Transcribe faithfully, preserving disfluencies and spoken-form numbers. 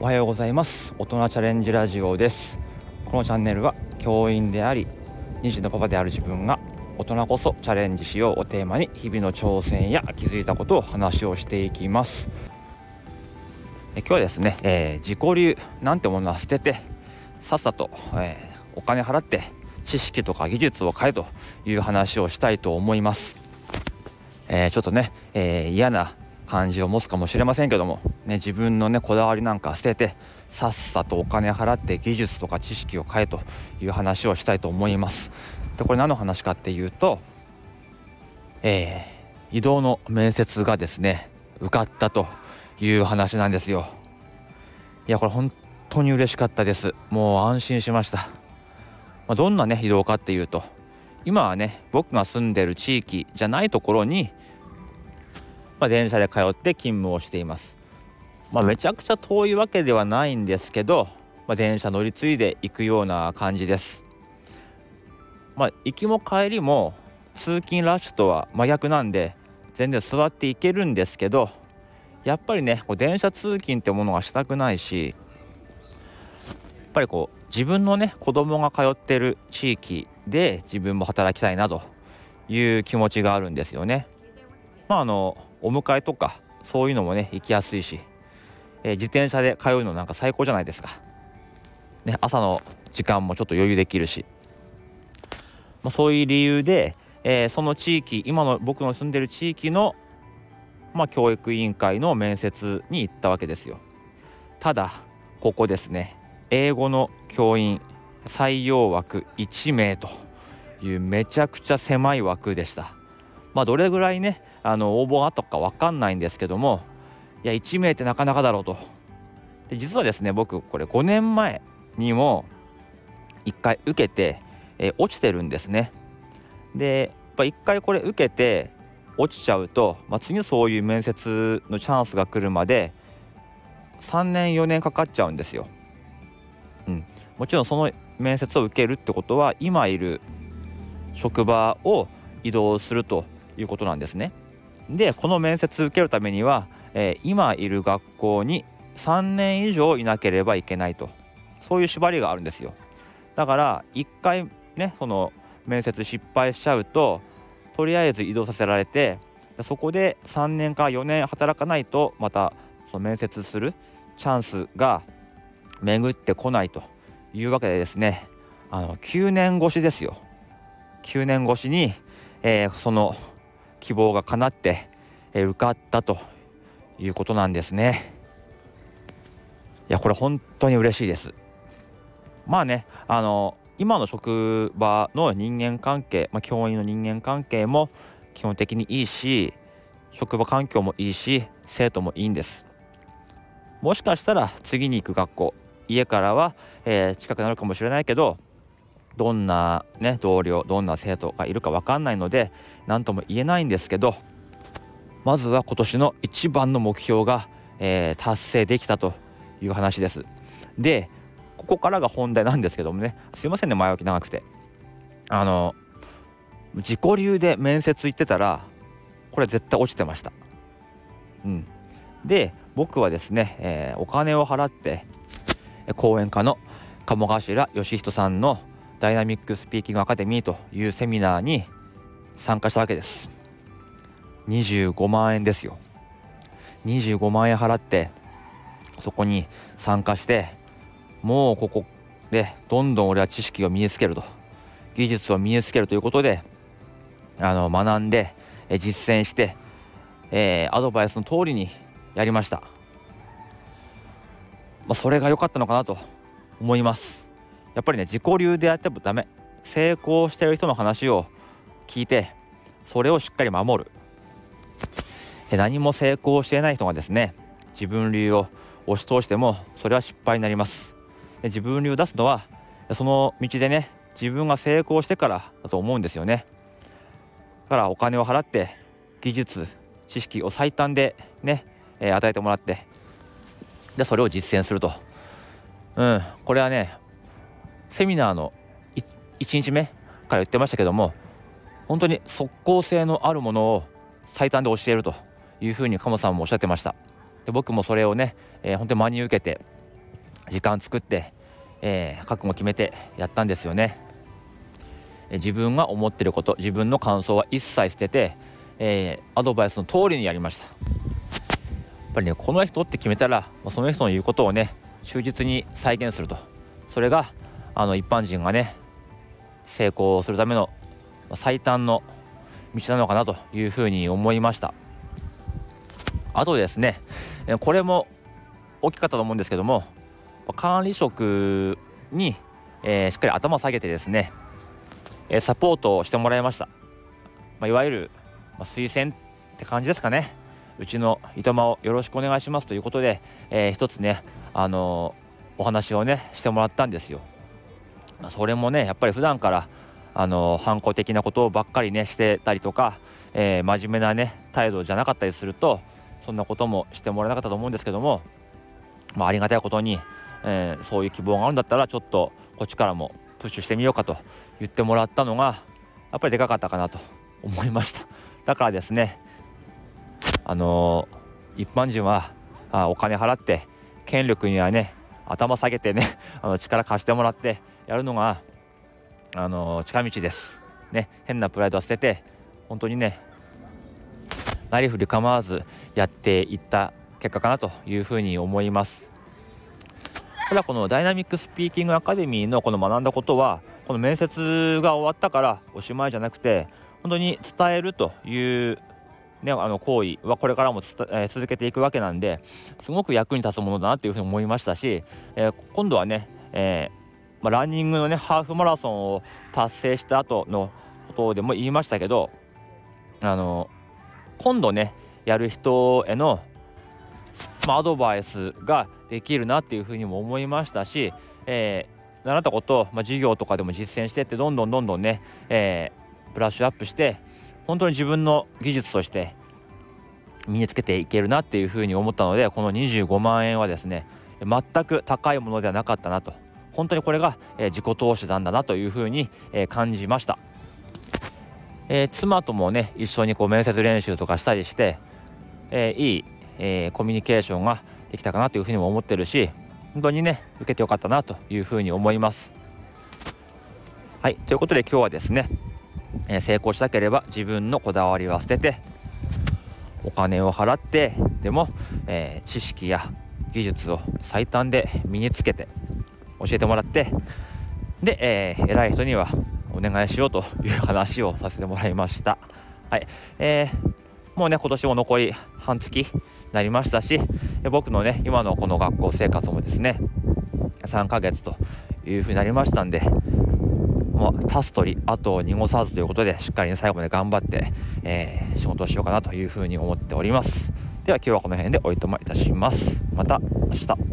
おはようございます。大人チャレンジラジオです。このチャンネルは教員でありに児のパパである自分が大人こそチャレンジしようをテーマに日々の挑戦や気づいたことを話をしていきます。え今日はですね、えー、自己流なんてものは捨ててさっさと、えー、お金払って知識とか技術を変えという話をしたいと思います。えー、ちょっとね、えー、嫌な感じを持つかもしれませんけども、ね、自分のねこだわりなんか捨ててさっさとお金払って技術とか知識を変えという話をしたいと思います。でこれ何の話かっていうと、えー、移動の面接がですね受かったという話なんですよ。いやこれ本当に嬉しかったです。もう安心しました。まあ、どんなね移動かっていうと、今はね僕が住んでる地域じゃないところにまあ、電車で通って勤務をしています。まあ、めちゃくちゃ遠いわけではないんですけど、まあ、電車乗り継いで行くような感じです。まあ、行きも帰りも通勤ラッシュとは真逆なんで全然座って行けるんですけど、やっぱりねこう電車通勤ってものがしたくないし、やっぱりこう自分のね子供が通ってる地域で自分も働きたいなという気持ちがあるんですよね。まああのお迎えとかそういうのもね行きやすいし、えー、自転車で通うのなんか最高じゃないですか、ね、朝の時間もちょっと余裕できるし、まあ、そういう理由で、えー、その地域今の僕の住んでる地域の、まあ、教育委員会の面接に行ったわけですよ。ただここですね英語の教員採用枠いち名というめちゃくちゃ狭い枠でした。まあどれぐらいねあの応募があったか分かんないんですけども、いやいち名ってなかなかだろうと。で実はですね僕これごねんまえにもいっかい受けて、えー、落ちてるんですね。でいっかいこれ受けて落ちちゃうと、まあ、次そういう面接のチャンスが来るまでさんねんよねんかかっちゃうんですよ。うん、もちろんその面接を受けるってことは今いる職場を移動するということなんですね。でこの面接受けるためには、えー、今いる学校にさんねん以上いなければいけないと、そういう縛りがあるんですよ。だからいっかいねその面接失敗しちゃうととりあえず移動させられて、そこでさんねんかよねん働かないとまたその面接するチャンスが巡ってこないというわけでですね、あのきゅうねん越しですよ。きゅうねん越しに、えー、その希望が叶って、えー、受かったということなんですね。いやこれ本当に嬉しいです。まあねあの今の職場の人間関係、まあ、教員の人間関係も基本的にいいし、職場環境もいいし生徒もいいんです。もしかしたら次に行く学校家からは、えー、近くなるかもしれないけど、どんな、ね、同僚どんな生徒がいるか分かんないので何とも言えないんですけど、まずは今年の一番の目標が、えー、達成できたという話です。でここからが本題なんですけどもね、すいませんね前置き長くて、あの自己流で面接行ってたらこれ絶対落ちてました。うん、で僕はですね、えー、お金を払って講演家の鴨頭義人さんのダイナミックスピーキングアカデミーというセミナーに参加したわけです。にじゅうごまんえんですよ。にじゅうごまんえん払ってそこに参加して、もうここでどんどん俺は知識を身につけると、技術を身につけるということであの学んで実践して、えー、アドバイスの通りにやりました。まあ、それが良かったのかなと思います。やっぱりね自己流でやってもダメ、成功している人の話を聞いてそれをしっかり守る。何も成功していない人がですね自分流を押し通してもそれは失敗になります。で自分流を出すのはその道でね自分が成功してからだと思うんですよね。だからお金を払って技術知識を最短でね、えー、与えてもらって、でそれを実践すると、うんこれはねセミナーのいちにちめから言ってましたけども、本当に即効性のあるものを最短で教えるというふうに鴨さんもおっしゃってました。で僕もそれをね、えー、本当に真に受けて時間作って、えー、覚悟決めてやったんですよね。えー、自分が思ってること、自分の感想は一切捨てて、えー、アドバイスの通りにやりました。やっぱりね、この人って決めたらその人の言うことをね忠実に再現すると、それがあの一般人がね成功するための最短の道なのかなというふうに思いました。あとですね、これも大きかったと思うんですけども、管理職に、えー、しっかり頭を下げてですねサポートをしてもらいました。まあ、いわゆる、まあ、推薦って感じですかね。うちのいとまをよろしくお願いしますということで、えー、一つね、あのー、お話をねしてもらったんですよ。まあ、それもねやっぱり普段からあのー、反抗的なことばっかりねしてたりとか、えー、真面目なね態度じゃなかったりするとそんなこともしてもらえなかったと思うんですけども、まあ、ありがたいことに、えー、そういう希望があるんだったらちょっとこっちからもプッシュしてみようかと言ってもらったのがやっぱりでかかったかなと思いました。だからですね、あのー、一般人はあお金払って権力にはね頭下げてねあの力貸してもらってやるのが、あのー、近道ですね。変なプライドは捨てて本当にねなりふり構わずやっていった結果かなというふうに思います。ただこのダイナミックスピーキングアカデミーのこの学んだことはこの面接が終わったからおしまいじゃなくて、本当に伝えるというね、あの行為はこれからも、えー、続けていくわけなんで、すごく役に立つものだなというふうに思いましたし、えー、今度はね、えーまあ、ランニングのねハーフマラソンを達成した後のことでも言いましたけど、あの今度ねやる人への、まあ、アドバイスができるなっていうふうにも思いましたし、えー、習ったことを、まあ、授業とかでも実践してってどんどんどんどんね、えー、ブラッシュアップして本当に自分の技術として身につけていけるなっていうふうに思ったので、このにじゅうごまんえんはですね全く高いものではなかったなと、本当にこれが、えー、自己投資なんだなというふうに、えー、感じました。えー、妻ともね一緒にこう面接練習とかしたりして、えー、いい、えー、コミュニケーションができたかなというふうにも思ってるし、本当にね受けてよかったなというふうに思います。はい、ということで今日はですね、えー、成功したければ自分のこだわりは捨ててお金を払ってでも、えー、知識や技術を最短で身につけて教えてもらって、で、えー、偉い人にはお願いしようという話をさせてもらいました。はい、えー、もうね今年も残り半月になりましたし、僕のね今のこの学校生活もですねさんかげつというふうになりましたんで、もうタストリ後を濁さずということでしっかり、ね、最後まで頑張って、えー、仕事をしようかなというふうに思っております。では今日はこの辺でおいとまいたします。また明日。